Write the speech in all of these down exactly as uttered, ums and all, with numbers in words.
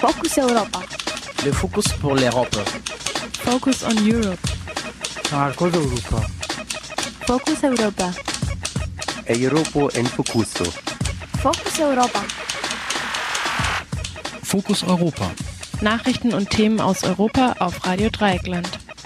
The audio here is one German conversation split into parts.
Focus Europa. Le Focus pour l'Europe. Focus on Europe. Marcos Europa. Focus Europa. Europa en Focuso. Focus Europa. Fokus Europa. Nachrichten und Themen aus Europa auf Radio Dreieckland.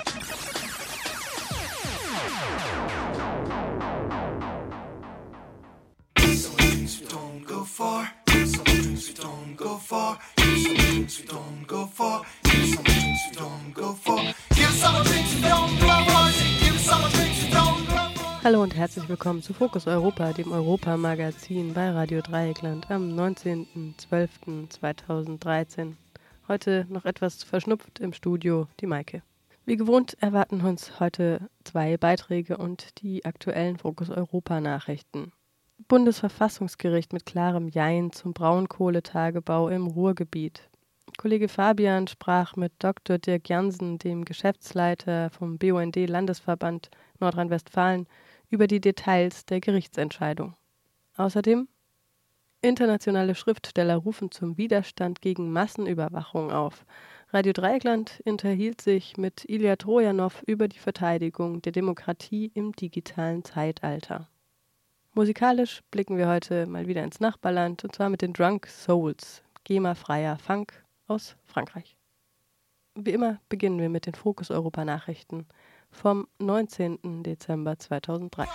Hallo und herzlich willkommen zu Fokus Europa, dem Europa-Magazin bei Radio Dreieckland am neunzehnten zwölften zweitausenddreizehn. Heute noch etwas verschnupft im Studio, die Maike. Wie gewohnt erwarten uns heute zwei Beiträge und die aktuellen Fokus Europa-Nachrichten. Bundesverfassungsgericht mit klarem Jein zum Braunkohletagebau im Ruhrgebiet. Kollege Fabian sprach mit Doktor Dirk Jansen, dem Geschäftsleiter vom B U N D-Landesverband Nordrhein-Westfalen, über die Details der Gerichtsentscheidung. Außerdem: Internationale Schriftsteller rufen zum Widerstand gegen Massenüberwachung auf. Radio Dreieckland unterhielt sich mit Ilya Trojanow über die Verteidigung der Demokratie im digitalen Zeitalter. Musikalisch blicken wir heute mal wieder ins Nachbarland, und zwar mit den Drunk Souls, GEMA-freier Funk aus Frankreich. Wie immer beginnen wir mit den Fokus Europa Nachrichten vom neunzehnten Dezember zweitausenddreizehn.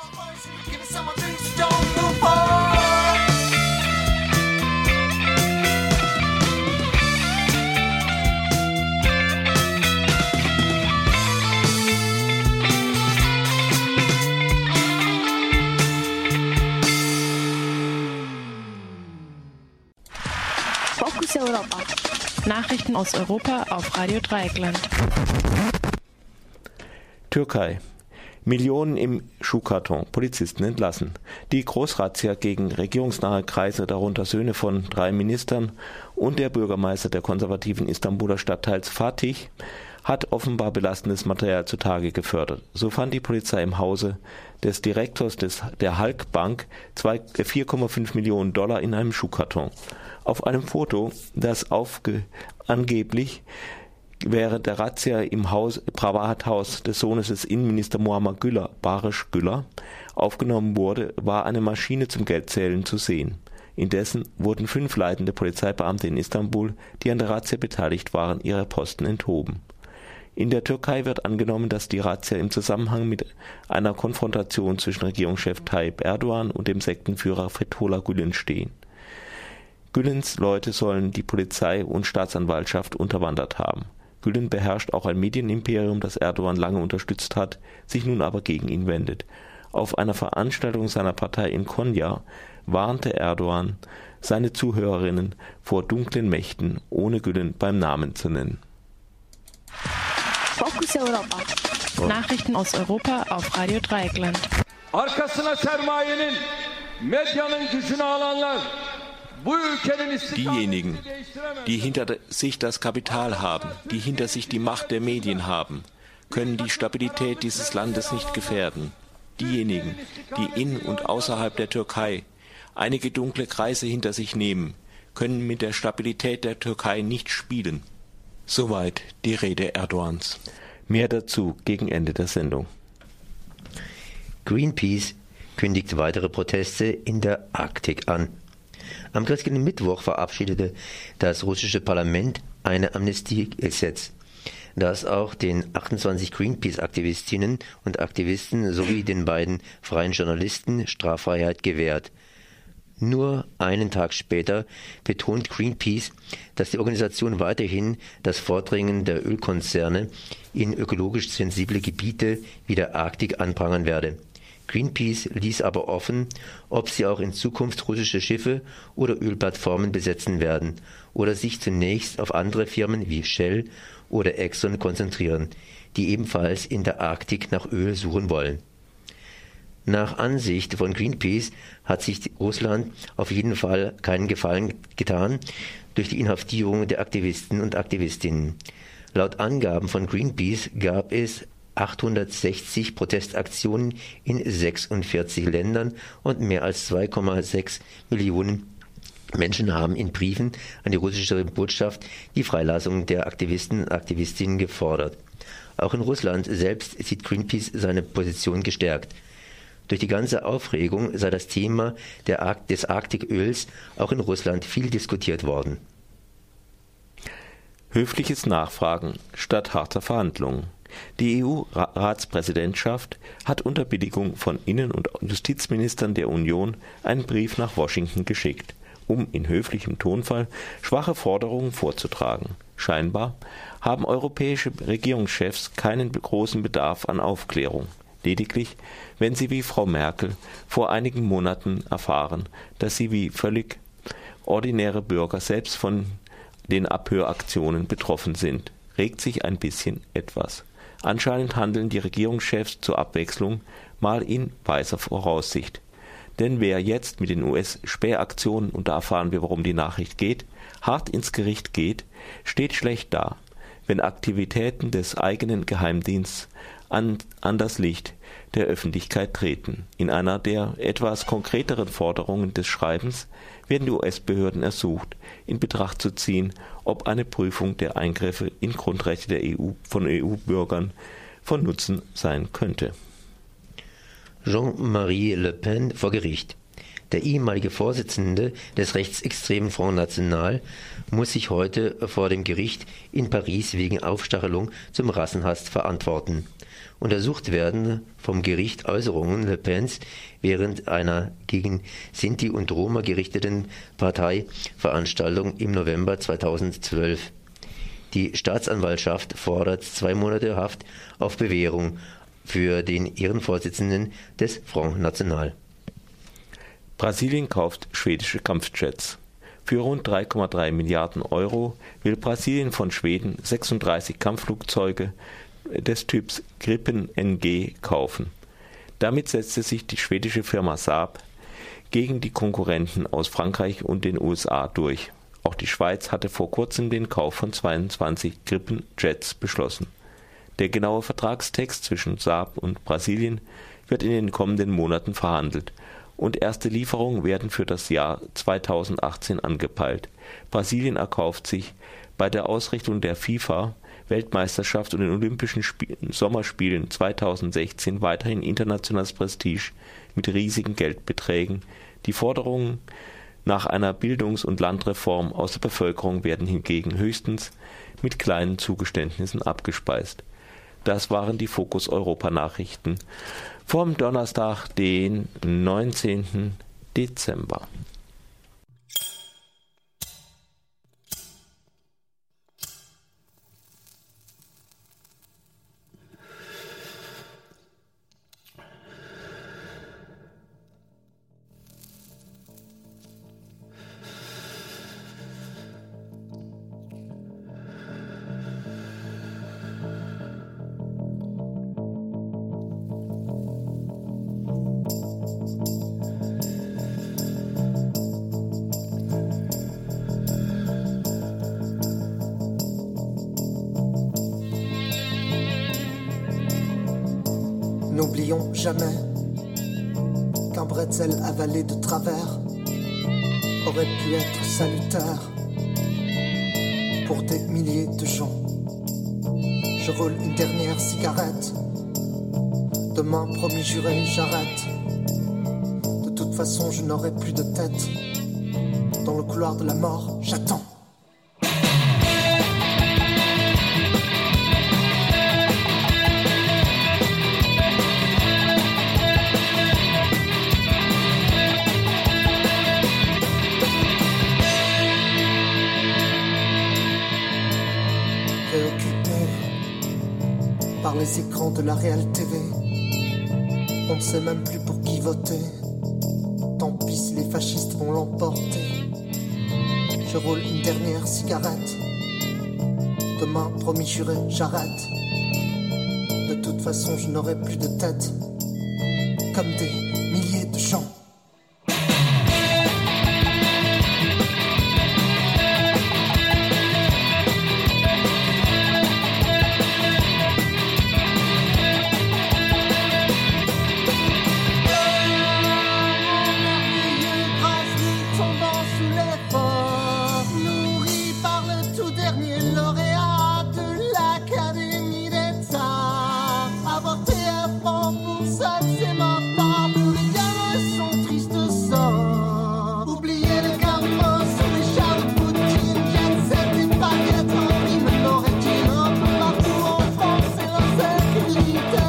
Focus Europa. Nachrichten aus Europa auf Radio Dreieckland. Türkei. Millionen im Schuhkarton. Polizisten entlassen. Die Großrazzia gegen regierungsnahe Kreise, darunter Söhne von drei Ministern und der Bürgermeister der konservativen Istanbuler Stadtteils Fatih, hat offenbar belastendes Material zutage gefördert. So fand die Polizei im Hause des Direktors des, der Halkbank vier Komma fünf Millionen Dollar in einem Schuhkarton. Auf einem Foto, das aufge, angeblich während der Razzia im Haus, Privathaus des Sohnes des Innenministers Muammer Güler, Barış Güler, aufgenommen wurde, war eine Maschine zum Geldzählen zu sehen. Indessen wurden fünf leitende Polizeibeamte in Istanbul, die an der Razzia beteiligt waren, ihre Posten enthoben. In der Türkei wird angenommen, dass die Razzia im Zusammenhang mit einer Konfrontation zwischen Regierungschef Tayyip Erdogan und dem Sektenführer Fethullah Gülen stehen. Gülens Leute sollen die Polizei und Staatsanwaltschaft unterwandert haben. Gülen beherrscht auch ein Medienimperium, das Erdogan lange unterstützt hat, sich nun aber gegen ihn wendet. Auf einer Veranstaltung seiner Partei in Konya warnte Erdogan seine Zuhörerinnen vor dunklen Mächten, ohne Gülen beim Namen zu nennen. Focus Europa. Nachrichten aus Europa auf Radio Dreieckland. Arkasına sermayenin, medyanın gücünü alanlar. Diejenigen, die hinter sich das Kapital haben, die hinter sich die Macht der Medien haben, können die Stabilität dieses Landes nicht gefährden. Diejenigen, die in und außerhalb der Türkei einige dunkle Kreise hinter sich nehmen, können mit der Stabilität der Türkei nicht spielen. Soweit die Rede Erdogans. Mehr dazu gegen Ende der Sendung. Greenpeace kündigt weitere Proteste in der Arktik an. Am gestrigen Mittwoch verabschiedete das russische Parlament ein Amnestiegesetz, das auch den achtundzwanzig Greenpeace-Aktivistinnen und Aktivisten sowie den beiden freien Journalisten Straffreiheit gewährt. Nur einen Tag später betont Greenpeace, dass die Organisation weiterhin das Vordringen der Ölkonzerne in ökologisch sensible Gebiete wie der Arktik anprangern werde. Greenpeace ließ aber offen, ob sie auch in Zukunft russische Schiffe oder Ölplattformen besetzen werden oder sich zunächst auf andere Firmen wie Shell oder Exxon konzentrieren, die ebenfalls in der Arktik nach Öl suchen wollen. Nach Ansicht von Greenpeace hat sich Russland auf jeden Fall keinen Gefallen getan durch die Inhaftierung der Aktivisten und Aktivistinnen. Laut Angaben von Greenpeace gab es achthundertsechzig Protestaktionen in sechsundvierzig Ländern und mehr als zwei Komma sechs Millionen Menschen haben in Briefen an die russische Botschaft die Freilassung der Aktivisten und Aktivistinnen gefordert. Auch in Russland selbst sieht Greenpeace seine Position gestärkt. Durch die ganze Aufregung sei das Thema der Ark- des Arktiköls auch in Russland viel diskutiert worden. Höfliches Nachfragen statt harter Verhandlungen. Die E U-Ratspräsidentschaft hat unter Billigung von Innen- und Justizministern der Union einen Brief nach Washington geschickt, um in höflichem Tonfall schwache Forderungen vorzutragen. Scheinbar haben europäische Regierungschefs keinen großen Bedarf an Aufklärung. Lediglich, wenn sie wie Frau Merkel vor einigen Monaten erfahren, dass sie wie völlig ordinäre Bürger selbst von den Abhöraktionen betroffen sind, regt sich ein bisschen etwas. Anscheinend handeln die Regierungschefs zur Abwechslung mal in weiser Voraussicht. Denn wer jetzt mit den U S-Spähaktionen, und da erfahren wir, worum die Nachricht geht, hart ins Gericht geht, steht schlecht da, wenn Aktivitäten des eigenen Geheimdienstes an, an das Licht der Öffentlichkeit treten. In einer der etwas konkreteren Forderungen des Schreibens werden die U S-Behörden ersucht, in Betracht zu ziehen, ob eine Prüfung der Eingriffe in Grundrechte der E U von E U-Bürgern von Nutzen sein könnte. Jean-Marie Le Pen vor Gericht. Der ehemalige Vorsitzende des rechtsextremen Front National muss sich heute vor dem Gericht in Paris wegen Aufstachelung zum Rassenhass verantworten. Untersucht werden vom Gericht Äußerungen Le Pens während einer gegen Sinti und Roma gerichteten Parteiveranstaltung im November zweitausendzwölf. Die Staatsanwaltschaft fordert zwei Monate Haft auf Bewährung für den Ehrenvorsitzenden des Front National. Brasilien kauft schwedische Kampfjets. Für rund drei Komma drei Milliarden Euro will Brasilien von Schweden sechsunddreißig Kampfflugzeuge des Typs Gripen N G kaufen. Damit setzte sich die schwedische Firma Saab gegen die Konkurrenten aus Frankreich und den U S A durch. Auch die Schweiz hatte vor kurzem den Kauf von zweiundzwanzig Gripen-Jets beschlossen. Der genaue Vertragstext zwischen Saab und Brasilien wird in den kommenden Monaten verhandelt und erste Lieferungen werden für das Jahr zweitausendachtzehn angepeilt. Brasilien erkauft sich bei der Ausrichtung der FIFA-Weltmeisterschaft und den Olympischen Spielen, Sommerspielen zweitausendsechzehn weiterhin internationales Prestige mit riesigen Geldbeträgen. Die Forderungen nach einer Bildungs- und Landreform aus der Bevölkerung werden hingegen höchstens mit kleinen Zugeständnissen abgespeist. Das waren die Fokus Europa Nachrichten vom Donnerstag, den neunzehnten Dezember. N'oublions jamais qu'un bretzel avalé de travers aurait pu être salutaire pour des milliers de gens. Je roule une dernière cigarette. Demain, promis juré, j'arrête. De toute façon, je n'aurai plus de tête. Dans le couloir de la mort, j'attends. Par les écrans de la Real T V, on ne sait même plus pour qui voter. Tant pis si les fascistes vont l'emporter. Je roule une dernière cigarette. Demain, promis juré, j'arrête. De toute façon, je n'aurai plus de tête. Comme des milliers de gens. Tombant sous d'efforts, nourris par le tout dernier lauréat de l'Académie des Arts. Avorté à franc pour ça, c'est ma part, plus rien de son triste sort. Oubliez les gamins sur les chars de Poutine, jet set et baguettes en rime nord-est-il, un peu partout en France, c'est l'insécurité.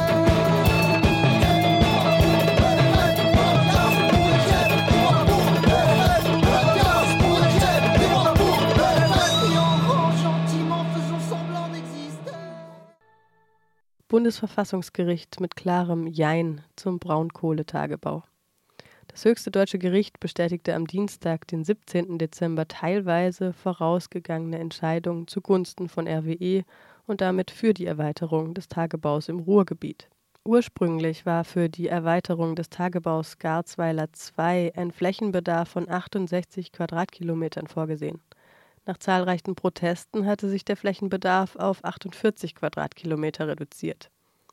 Bundesverfassungsgericht mit klarem Jein zum Braunkohletagebau. Das höchste deutsche Gericht bestätigte am Dienstag, den siebzehnten Dezember, teilweise vorausgegangene Entscheidungen zugunsten von R W E und damit für die Erweiterung des Tagebaus im Ruhrgebiet. Ursprünglich war für die Erweiterung des Tagebaus Garzweiler zwei ein Flächenbedarf von achtundsechzig Quadratkilometern vorgesehen. Nach zahlreichen Protesten hatte sich der Flächenbedarf auf achtundvierzig Quadratkilometer reduziert.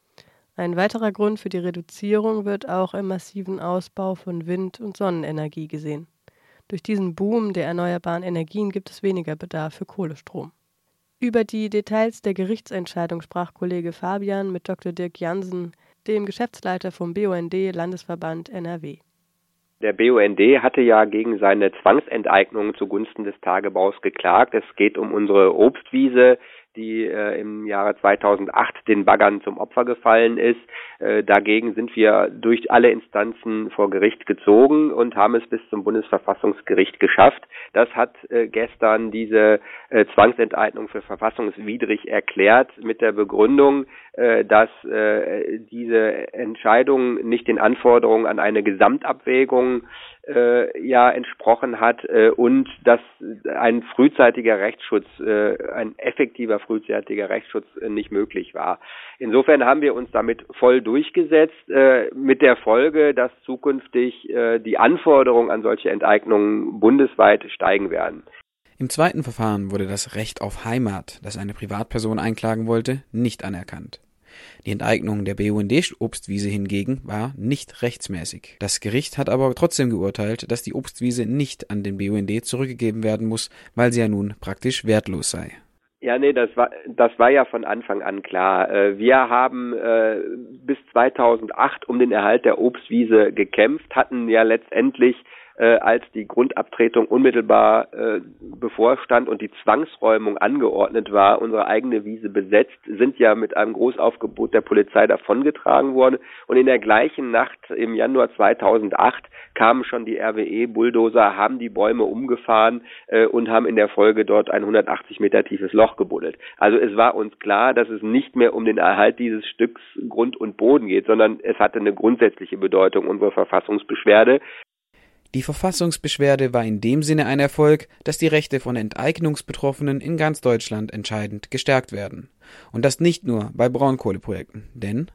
Ein weiterer Grund für die Reduzierung wird auch im massiven Ausbau von Wind- und Sonnenenergie gesehen. Durch diesen Boom der erneuerbaren Energien gibt es weniger Bedarf für Kohlestrom. Über die Details der Gerichtsentscheidung sprach Kollege Fabian mit Doktor Dirk Jansen, dem Geschäftsleiter vom B U N D-Landesverband N R W. Der B U N D hatte ja gegen seine Zwangsenteignung zugunsten des Tagebaus geklagt. Es geht um unsere Obstwiese, die äh, im Jahre zweitausendacht den Baggern zum Opfer gefallen ist. Äh, dagegen sind wir durch alle Instanzen vor Gericht gezogen und haben es bis zum Bundesverfassungsgericht geschafft. Das hat äh, gestern diese äh, Zwangsenteignung für verfassungswidrig erklärt mit der Begründung, äh, dass äh, diese Entscheidung nicht den Anforderungen an eine Gesamtabwägung äh, ja entsprochen hat äh, und dass ein frühzeitiger Rechtsschutz, äh, ein effektiver frühzeitiger Rechtsschutz äh, nicht möglich war. Insofern haben wir uns damit voll durchgesetzt, äh, mit der Folge, dass zukünftig äh, die Anforderungen an solche Enteignungen bundesweit steigen werden. Im zweiten Verfahren wurde das Recht auf Heimat, das eine Privatperson einklagen wollte, nicht anerkannt. Die Enteignung der B U N D-Obstwiese hingegen war nicht rechtsmäßig. Das Gericht hat aber trotzdem geurteilt, dass die Obstwiese nicht an den B U N D zurückgegeben werden muss, weil sie ja nun praktisch wertlos sei. Ja, nee, das war das war ja von Anfang an klar. Wir haben äh, bis zweitausendacht um den Erhalt der Obstwiese gekämpft, hatten ja letztendlich äh, als die Grundabtretung unmittelbar äh, bevorstand und die Zwangsräumung angeordnet war, unsere eigene Wiese besetzt, sind ja mit einem Großaufgebot der Polizei davongetragen worden. Und in der gleichen Nacht im Januar zweitausendacht kamen schon die R W E-Bulldozer, haben die Bäume umgefahren äh, und haben in der Folge dort ein hundertachtzig Meter tiefes Loch gebuddelt. Also es war uns klar, dass es nicht mehr um den Erhalt dieses Stücks Grund und Boden geht, sondern es hatte eine grundsätzliche Bedeutung, unsere Verfassungsbeschwerde. Die Verfassungsbeschwerde war in dem Sinne ein Erfolg, dass die Rechte von Enteignungsbetroffenen in ganz Deutschland entscheidend gestärkt werden. Und das nicht nur bei Braunkohleprojekten, denn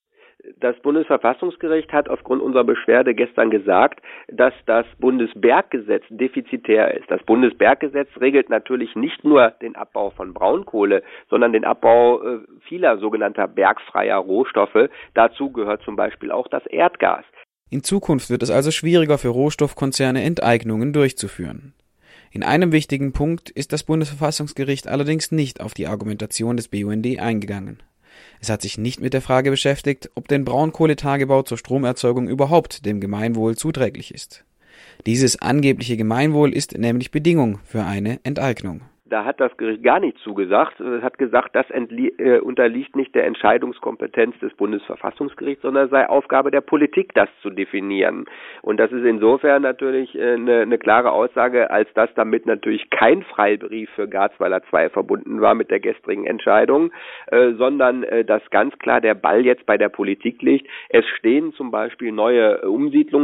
das Bundesverfassungsgericht hat aufgrund unserer Beschwerde gestern gesagt, dass das Bundesberggesetz defizitär ist. Das Bundesberggesetz regelt natürlich nicht nur den Abbau von Braunkohle, sondern den Abbau äh, vieler sogenannter bergfreier Rohstoffe. Dazu gehört zum Beispiel auch das Erdgas. In Zukunft wird es also schwieriger für Rohstoffkonzerne, Enteignungen durchzuführen. In einem wichtigen Punkt ist das Bundesverfassungsgericht allerdings nicht auf die Argumentation des B U N D eingegangen. Es hat sich nicht mit der Frage beschäftigt, ob denn Braunkohletagebau zur Stromerzeugung überhaupt dem Gemeinwohl zuträglich ist. Dieses angebliche Gemeinwohl ist nämlich Bedingung für eine Enteignung. Da hat das Gericht gar nicht zugesagt. Es hat gesagt, das entlie- äh, unterliegt nicht der Entscheidungskompetenz des Bundesverfassungsgerichts, sondern sei Aufgabe der Politik, das zu definieren. Und das ist insofern natürlich äh, eine, eine klare Aussage, als dass damit natürlich kein Freibrief für Garzweiler zwei verbunden war mit der gestrigen Entscheidung, äh, sondern äh, dass ganz klar der Ball jetzt bei der Politik liegt. Es stehen zum Beispiel neue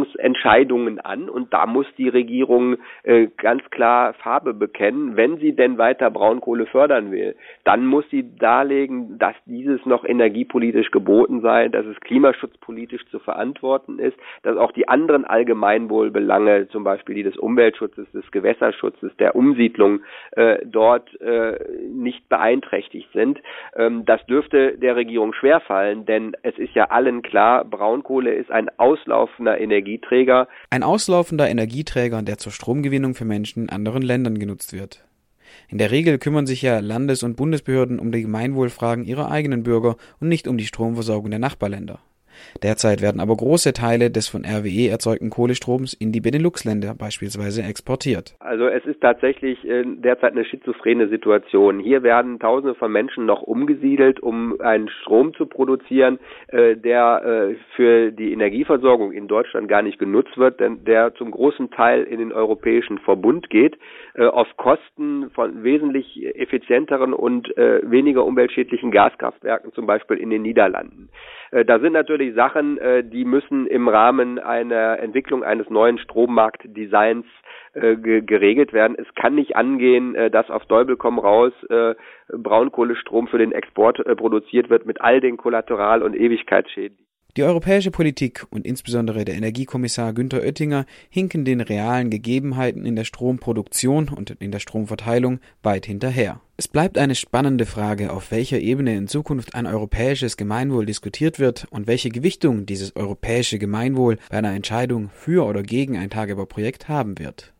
Umsiedlungsentscheidungen an und da muss die Regierung äh, ganz klar Farbe bekennen, wenn sie denn Indien weiter Braunkohle fördern will, dann muss sie darlegen, dass dieses noch energiepolitisch geboten sei, dass es klimaschutzpolitisch zu verantworten ist, dass auch die anderen Allgemeinwohlbelange, zum Beispiel die des Umweltschutzes, des Gewässerschutzes, der Umsiedlung äh, dort äh, nicht beeinträchtigt sind. Ähm, das dürfte der Regierung schwerfallen, denn es ist ja allen klar, Braunkohle ist ein auslaufender Energieträger. Ein auslaufender Energieträger, der zur Stromgewinnung für Menschen in anderen Ländern genutzt wird. In der Regel kümmern sich ja Landes- und Bundesbehörden um die Gemeinwohlfragen ihrer eigenen Bürger und nicht um die Stromversorgung der Nachbarländer. Derzeit werden aber große Teile des von R W E erzeugten Kohlestroms in die Benelux-Länder beispielsweise exportiert. Also es ist tatsächlich äh, derzeit eine schizophrene Situation. Hier werden Tausende von Menschen noch umgesiedelt, um einen Strom zu produzieren, äh, der äh, für die Energieversorgung in Deutschland gar nicht genutzt wird, denn der zum großen Teil in den europäischen Verbund geht, äh, auf Kosten von wesentlich effizienteren und äh, weniger umweltschädlichen Gaskraftwerken, zum Beispiel in den Niederlanden. Äh, da sind natürlich Sachen, äh, die müssen im Rahmen einer Entwicklung eines neuen Strommarktdesigns äh, ge- geregelt werden. Es kann nicht angehen, äh, dass auf Teufel komm raus äh, Braunkohlestrom für den Export äh, produziert wird mit all den Kollateral- und Ewigkeitsschäden. Die europäische Politik und insbesondere der Energiekommissar Günther Oettinger hinken den realen Gegebenheiten in der Stromproduktion und in der Stromverteilung weit hinterher. Es bleibt eine spannende Frage, auf welcher Ebene in Zukunft ein europäisches Gemeinwohl diskutiert wird und welche Gewichtung dieses europäische Gemeinwohl bei einer Entscheidung für oder gegen ein Tagebauprojekt haben wird.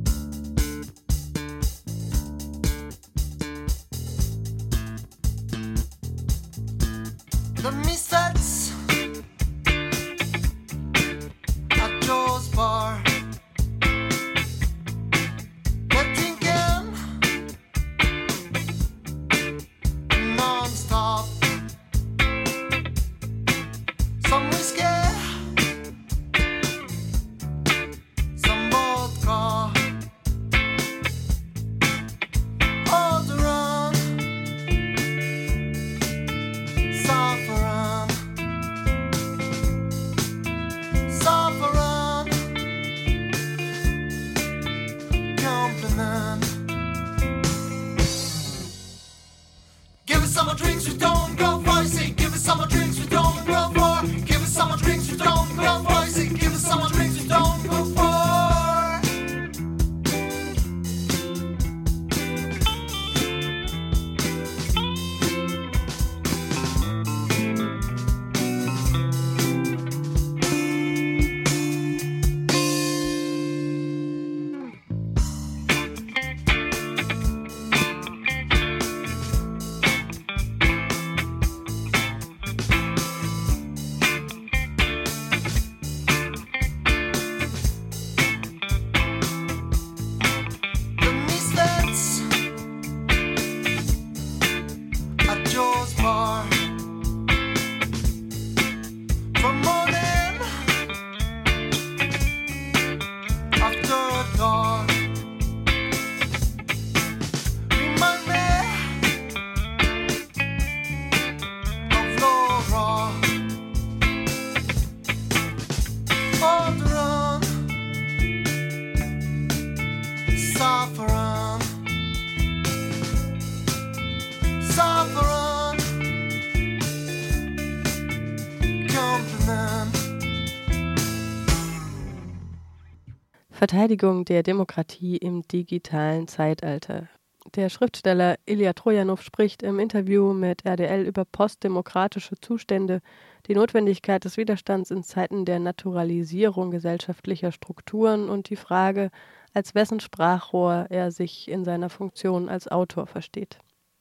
Verteidigung der Demokratie im digitalen Zeitalter. Der Schriftsteller Ilja Trojanow spricht im Interview mit R D L über postdemokratische Zustände, die Notwendigkeit des Widerstands in Zeiten der Naturalisierung gesellschaftlicher Strukturen und die Frage, als wessen Sprachrohr er sich in seiner Funktion als Autor versteht.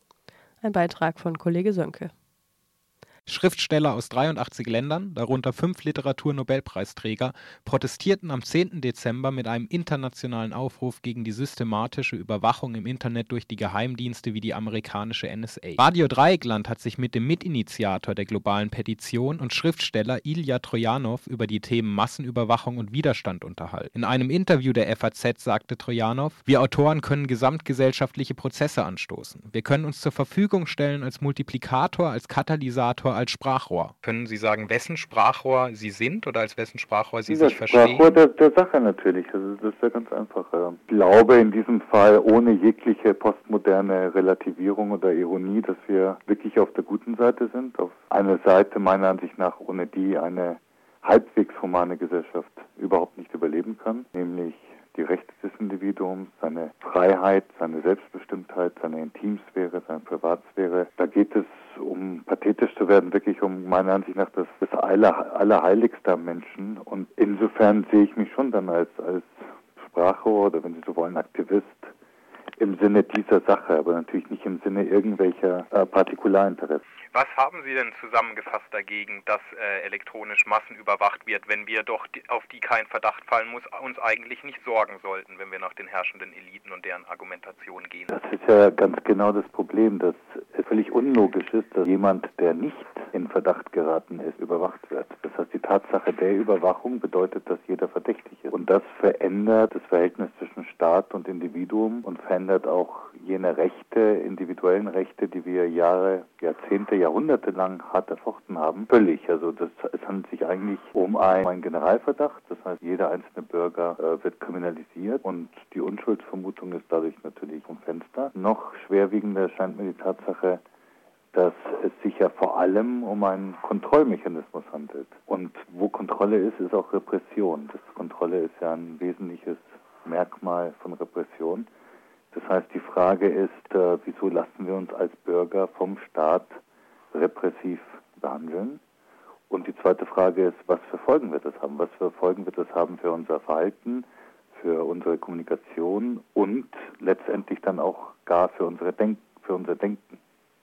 Ein Beitrag von Kollege Sönke. Schriftsteller aus dreiundachtzig Ländern, darunter fünf Literaturnobelpreisträger, protestierten am zehnten Dezember mit einem internationalen Aufruf gegen die systematische Überwachung im Internet durch die Geheimdienste wie die amerikanische N S A. Radio Dreieckland hat sich mit dem Mitinitiator der globalen Petition und Schriftsteller Ilja Trojanow über die Themen Massenüberwachung und Widerstand unterhalten. In einem Interview der F A Z sagte Trojanow: Wir Autoren können gesamtgesellschaftliche Prozesse anstoßen. Wir können uns zur Verfügung stellen als Multiplikator, als Katalysator, nur als Sprachrohr. Können Sie sagen, wessen Sprachrohr Sie sind oder als wessen Sprachrohr Sie das sich verstehen? Sprachrohr der, der Sache natürlich. Also das ist ja ganz einfach. Ich glaube in diesem Fall ohne jegliche postmoderne Relativierung oder Ironie, dass wir wirklich auf der guten Seite sind. Auf einer Seite meiner Ansicht nach, ohne die eine halbwegs humane Gesellschaft überhaupt nicht überleben kann, nämlich die Rechte des Individuums, seine Freiheit, seine Selbstbestimmtheit, seine Intimsphäre, seine Privatsphäre. Da geht es, um pathetisch zu werden, wirklich um meiner Ansicht nach das, das Aller, Allerheiligste am Menschen. Und insofern sehe ich mich schon dann als, als Sprachrohr oder, wenn Sie so wollen, Aktivist im Sinne dieser Sache, aber natürlich nicht im Sinne irgendwelcher äh, Partikularinteressen. Was haben Sie denn zusammengefasst dagegen, dass äh, elektronisch massenüberwacht wird, wenn wir doch, die, auf die kein Verdacht fallen muss, uns eigentlich nicht sorgen sollten, wenn wir nach den herrschenden Eliten und deren Argumentation gehen? Das ist ja ganz genau das Problem, dass es völlig unlogisch ist, dass jemand, der nicht in Verdacht geraten ist, überwacht wird. Das heißt, die Tatsache der Überwachung bedeutet, dass jeder verdächtig ist. Und das verändert das Verhältnis zwischen Staat und Individuum und verändert auch jene Rechte, individuellen Rechte, die wir Jahre, Jahrzehnte, Jahrhunderte lang hart erfochten haben, völlig. Also das, es handelt sich eigentlich um einen, einen Generalverdacht. Das heißt, jeder einzelne Bürger äh, wird kriminalisiert und die Unschuldsvermutung ist dadurch natürlich vom Fenster. Noch schwerwiegender scheint mir die Tatsache, dass es sich ja vor allem um einen Kontrollmechanismus handelt. Und wo Kontrolle ist, ist auch Repression. Das Kontrolle ist ja ein wesentliches Merkmal von Repression. Das heißt, die Frage ist, äh, wieso lassen wir uns als Bürger vom Staat repressiv behandeln? Und die zweite Frage ist, was für Folgen wird das haben? Was für Folgen wird das haben für unser Verhalten, für unsere Kommunikation und letztendlich dann auch gar für unsere Denk- für unser Denken?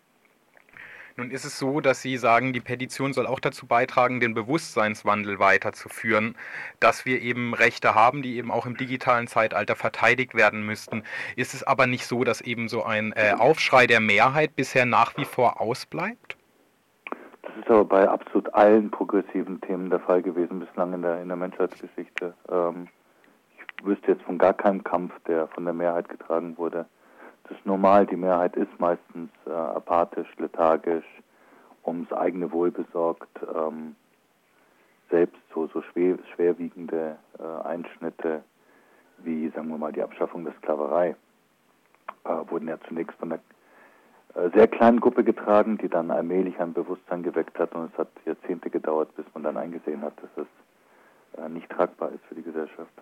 Nun ist es so, dass Sie sagen, die Petition soll auch dazu beitragen, den Bewusstseinswandel weiterzuführen, dass wir eben Rechte haben, die eben auch im digitalen Zeitalter verteidigt werden müssten. Ist es aber nicht so, dass eben so ein äh, Aufschrei der Mehrheit bisher nach wie vor ausbleibt? Das ist aber bei absolut allen progressiven Themen der Fall gewesen bislang in der, in der Menschheitsgeschichte. Ähm, ich wüsste jetzt von gar keinem Kampf, der von der Mehrheit getragen wurde. Das ist normal, die Mehrheit ist meistens äh, apathisch, lethargisch, ums eigene Wohl besorgt, ähm, selbst so, so schwer, schwerwiegende äh, Einschnitte wie, sagen wir mal, die Abschaffung der Sklaverei äh, wurden ja zunächst von einer äh, sehr kleinen Gruppe getragen, die dann allmählich ein Bewusstsein geweckt hat und es hat Jahrzehnte gedauert, bis man dann eingesehen hat, dass es äh, nicht tragbar ist für die Gesellschaft.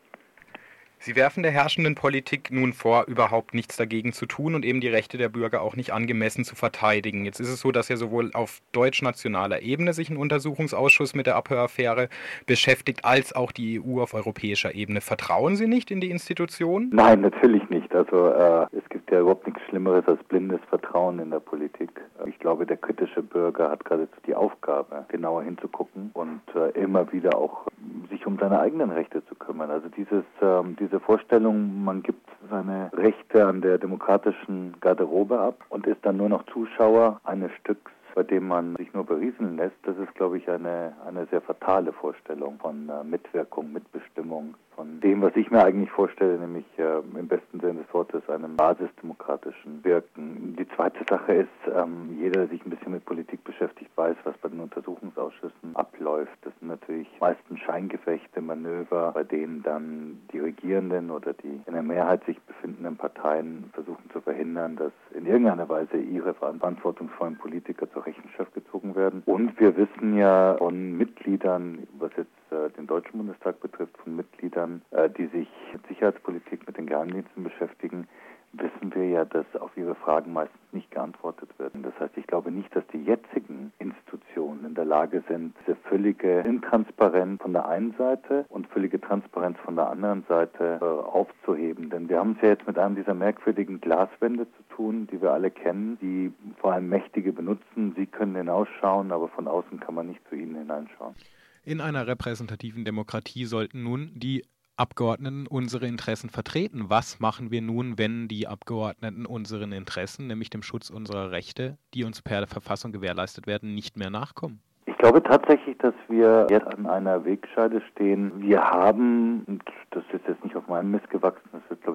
Sie werfen der herrschenden Politik nun vor, überhaupt nichts dagegen zu tun und eben die Rechte der Bürger auch nicht angemessen zu verteidigen. Jetzt ist es so, dass ja sowohl auf deutsch-nationaler Ebene sich ein Untersuchungsausschuss mit der Abhöraffäre beschäftigt, als auch die E U auf europäischer Ebene. Vertrauen Sie nicht in die Institutionen? Nein, natürlich nicht. Also äh, es gibt ja überhaupt nichts Schlimmeres als blindes Vertrauen in der Politik. Ich glaube, der kritische Bürger hat geradezu die Aufgabe, genauer hinzugucken und äh, immer wieder auch sich um seine eigenen Rechte zu kümmern. Also dieses, ähm, diese Vorstellung, man gibt seine Rechte an der demokratischen Garderobe ab und ist dann nur noch Zuschauer eines Stücks, bei dem man sich nur berieseln lässt, das ist, glaube ich, eine, eine sehr fatale Vorstellung von äh, Mitwirkung, Mitbestimmung, von dem, was ich mir eigentlich vorstelle, nämlich äh, im besten Sinne des Wortes einem basisdemokratischen Wirken. Die zweite Sache ist, ähm, jeder, der sich ein bisschen mit Politik beschäftigt, weiß, was bei den Untersuchungsausschüssen abläuft. Das sind natürlich meistens Scheingefechte, Manöver, bei denen dann die Regierenden oder die in der Mehrheit sich befindenden Parteien versuchen zu verhindern, dass in irgendeiner Weise ihre verantwortungsvollen Politiker zur Rechenschaft gezogen werden. Und wir wissen ja von Mitgliedern, was jetzt äh, den Deutschen Bundestag betrifft, von Mitgliedern, äh, die sich mit Sicherheitspolitik, mit den Geheimdiensten beschäftigen, wissen wir ja, dass auf ihre Fragen meistens nicht geantwortet wird. Das heißt, ich glaube nicht, dass die jetzigen Institutionen in der Lage sind, diese völlige Intransparenz von der einen Seite und völlige Transparenz von der anderen Seite äh, aufzuheben. Denn wir haben es ja jetzt mit einem dieser merkwürdigen Glaswände zu tun, die wir alle kennen, die vor allem Mächtige benutzen. Sie können hinausschauen, aber von außen kann man nicht zu ihnen hineinschauen. In einer repräsentativen Demokratie sollten nun die Abgeordneten unsere Interessen vertreten. Was machen wir nun, wenn die Abgeordneten unseren Interessen, nämlich dem Schutz unserer Rechte, die uns per Verfassung gewährleistet werden, nicht mehr nachkommen? Ich glaube tatsächlich, dass wir jetzt an einer Wegscheide stehen. Wir haben, und das ist jetzt nicht auf meinem Mist gewachsen, das wird, glaube ich, auch von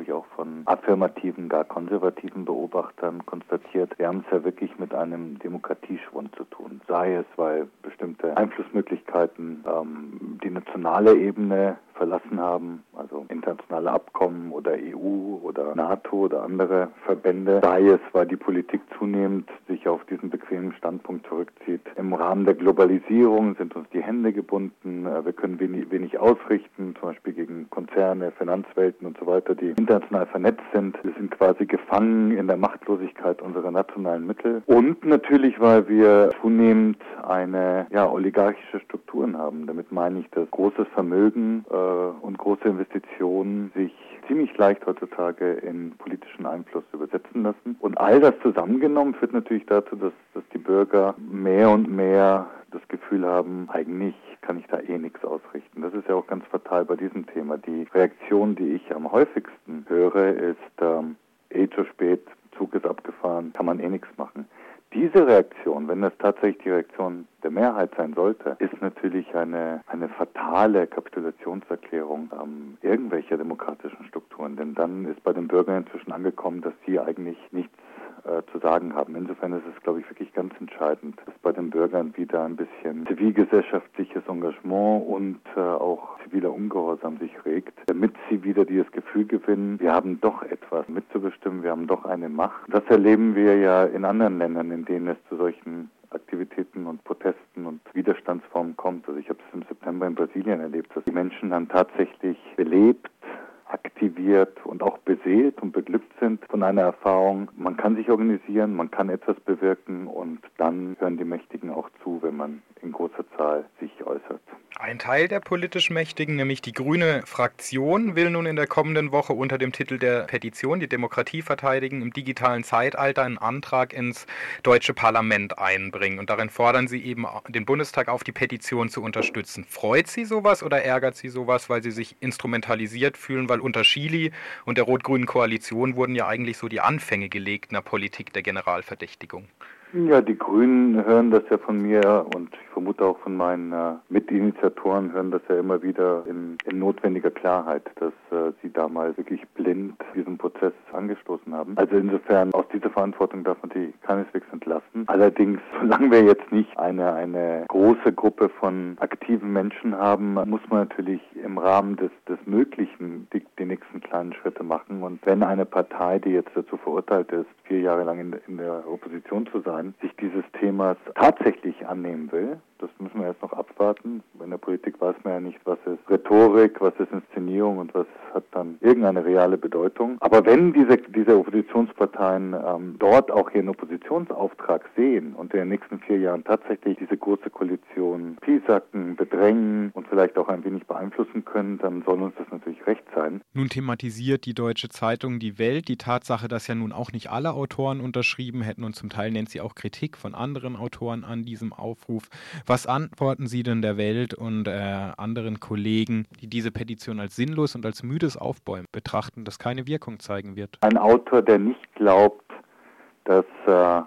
von affirmativen, gar konservativen Beobachtern konstatiert, wir haben es ja wirklich mit einem Demokratieschwund zu tun. Sei es, weil bestimmte Einflussmöglichkeiten ähm, die nationale Ebene verlassen haben, also internationale Abkommen oder E U oder NATO oder andere Verbände, sei es, weil die Politik zunehmend sich auf diesen bequemen Standpunkt zurückzieht. Im Rahmen der Globalisierung sind uns die Hände gebunden, wir können wenig, wenig ausrichten, zum Beispiel gegen Konzerne, Finanzwelten und so weiter, die international vernetzt sind. Wir sind quasi gefangen in der Machtlosigkeit unserer nationalen Mittel. Und natürlich, weil wir zunehmend eine ja, oligarchische Strukturen haben. Damit meine ich, dass großes Vermögen äh, und große Investitionen sich ziemlich leicht heutzutage in politischen Einfluss übersetzen lassen. Und all das zusammengenommen führt natürlich dazu, dass, dass die Bürger mehr und mehr das Gefühl haben, eigentlich kann ich da eh nichts ausrichten. Das ist ja auch ganz fatal bei diesem Thema. Die Reaktion, die ich am häufigsten höre, ist ähm, eh zu spät, Zug ist abgefahren, kann man eh nichts machen. Diese Reaktion, wenn das tatsächlich die Reaktion der Mehrheit sein sollte, ist natürlich eine, eine fatale Kapitulationserklärung ähm, irgendwelcher demokratischen Strukturen. Denn dann ist bei den Bürgern inzwischen angekommen, dass sie eigentlich nichts äh, zu sagen haben. Insofern ist es, glaube ich, wirklich ganz entscheidend, dass bei den Bürgern wieder ein bisschen zivilgesellschaftliches Engagement und äh, auch ziviler Ungehorsam sich regt, damit sie wieder dieses Gefühl gewinnen, wir haben doch etwas mitzubestimmen, wir haben doch eine Macht. Das erleben wir ja in anderen Ländern, in denen es zu solchen Aktivitäten und Protesten und Widerstandsformen kommt. Also ich habe es im September in Brasilien erlebt, dass die Menschen dann tatsächlich belebt, aktiviert und auch beseelt und beglückt sind von einer Erfahrung. Man kann sich organisieren, man kann etwas bewirken und dann hören die Mächtigen auch zu, wenn man in großer Zahl sich äußert. Ein Teil der politisch Mächtigen, nämlich die grüne Fraktion, will nun in der kommenden Woche unter dem Titel der Petition die Demokratie verteidigen im digitalen Zeitalter einen Antrag ins deutsche Parlament einbringen. Und darin fordern sie eben den Bundestag auf, die Petition zu unterstützen. Freut Sie sowas oder ärgert Sie sowas, weil Sie sich instrumentalisiert fühlen? Weil unter Schily und der rot-grünen Koalition wurden ja eigentlich so die Anfänge gelegt in der Politik der Generalverdächtigung. Ja, die Grünen hören das ja von mir und ich vermute auch von meinen äh, Mitinitiatoren hören das ja immer wieder in, in notwendiger Klarheit, dass äh, sie damals wirklich blind diesen Prozess angestoßen haben. Also insofern, aus dieser Verantwortung darf man die keineswegs entlassen. Allerdings, solange wir jetzt nicht eine, eine große Gruppe von aktiven Menschen haben, muss man natürlich im Rahmen des, des Möglichen die, die nächsten kleinen Schritte machen. Und wenn eine Partei, die jetzt dazu verurteilt ist, vier Jahre lang in, in der Opposition zu sein, sich dieses Themas tatsächlich annehmen will, das müssen wir jetzt noch abwarten. In der Politik weiß man ja nicht, was ist Rhetorik, was ist Inszenierung und was hat dann irgendeine reale Bedeutung. Aber wenn diese, diese Oppositionsparteien ähm, dort auch ihren Oppositionsauftrag sehen und in den nächsten vier Jahren tatsächlich diese große Koalition piesacken, bedrängen und vielleicht auch ein wenig beeinflussen können, dann soll uns das natürlich recht sein. Nun thematisiert die Deutsche Zeitung Die Welt die Tatsache, dass ja nun auch nicht alle Autoren unterschrieben hätten und zum Teil nennt sie auch Kritik von anderen Autoren an diesem Aufruf. Was antworten Sie denn der Welt und äh, anderen Kollegen, die diese Petition als sinnlos und als müdes Aufbäumen betrachten, das keine Wirkung zeigen wird? Ein Autor, der nicht glaubt, dass äh,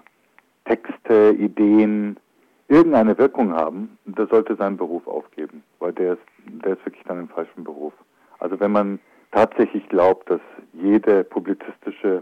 Texte, Ideen irgendeine Wirkung haben, der sollte seinen Beruf aufgeben, weil der ist, der ist wirklich dann im falschen Beruf. Also wenn man tatsächlich glaubt, dass jede publizistische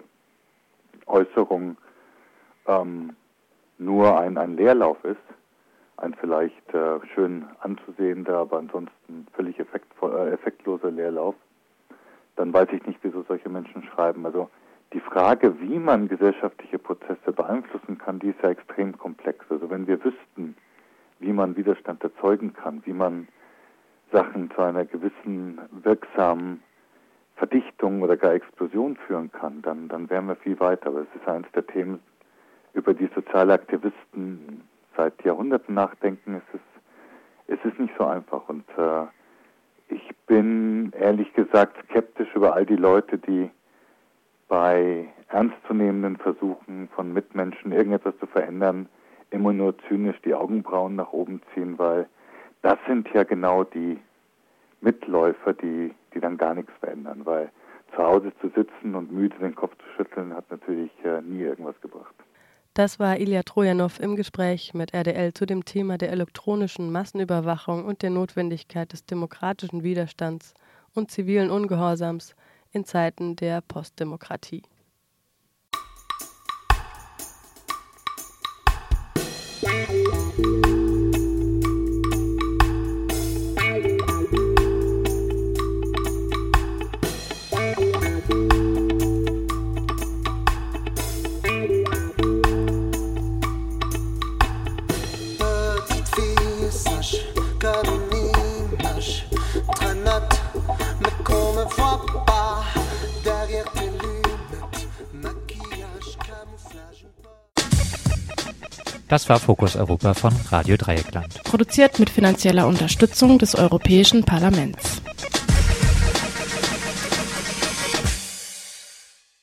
Äußerung ähm, nur ein, ein Leerlauf ist, ein vielleicht äh, schön anzusehender, aber ansonsten völlig effekt, äh, effektloser Leerlauf, dann weiß ich nicht, wieso solche Menschen schreiben. Also die Frage, wie man gesellschaftliche Prozesse beeinflussen kann, die ist ja extrem komplex. Also wenn wir wüssten, wie man Widerstand erzeugen kann, wie man Sachen zu einer gewissen wirksamen Verdichtung oder gar Explosion führen kann, dann, dann wären wir viel weiter. Aber es ist eines der Themen, über die soziale Aktivisten seit Jahrhunderten nachdenken. Es ist, es ist nicht so einfach. Und äh, ich bin ehrlich gesagt skeptisch über all die Leute, die bei ernstzunehmenden Versuchen von Mitmenschen irgendetwas zu verändern, immer nur zynisch die Augenbrauen nach oben ziehen, weil das sind ja genau die Mitläufer, die, die dann gar nichts verändern, weil zu Hause zu sitzen und müde den Kopf zu schütteln, hat natürlich äh, nie irgendwas gebracht. Das war Ilja Trojanow im Gespräch mit R D L zu dem Thema der elektronischen Massenüberwachung und der Notwendigkeit des demokratischen Widerstands und zivilen Ungehorsams in Zeiten der Postdemokratie. Das war Fokus Europa von Radio Dreieckland. Produziert mit finanzieller Unterstützung des Europäischen Parlaments.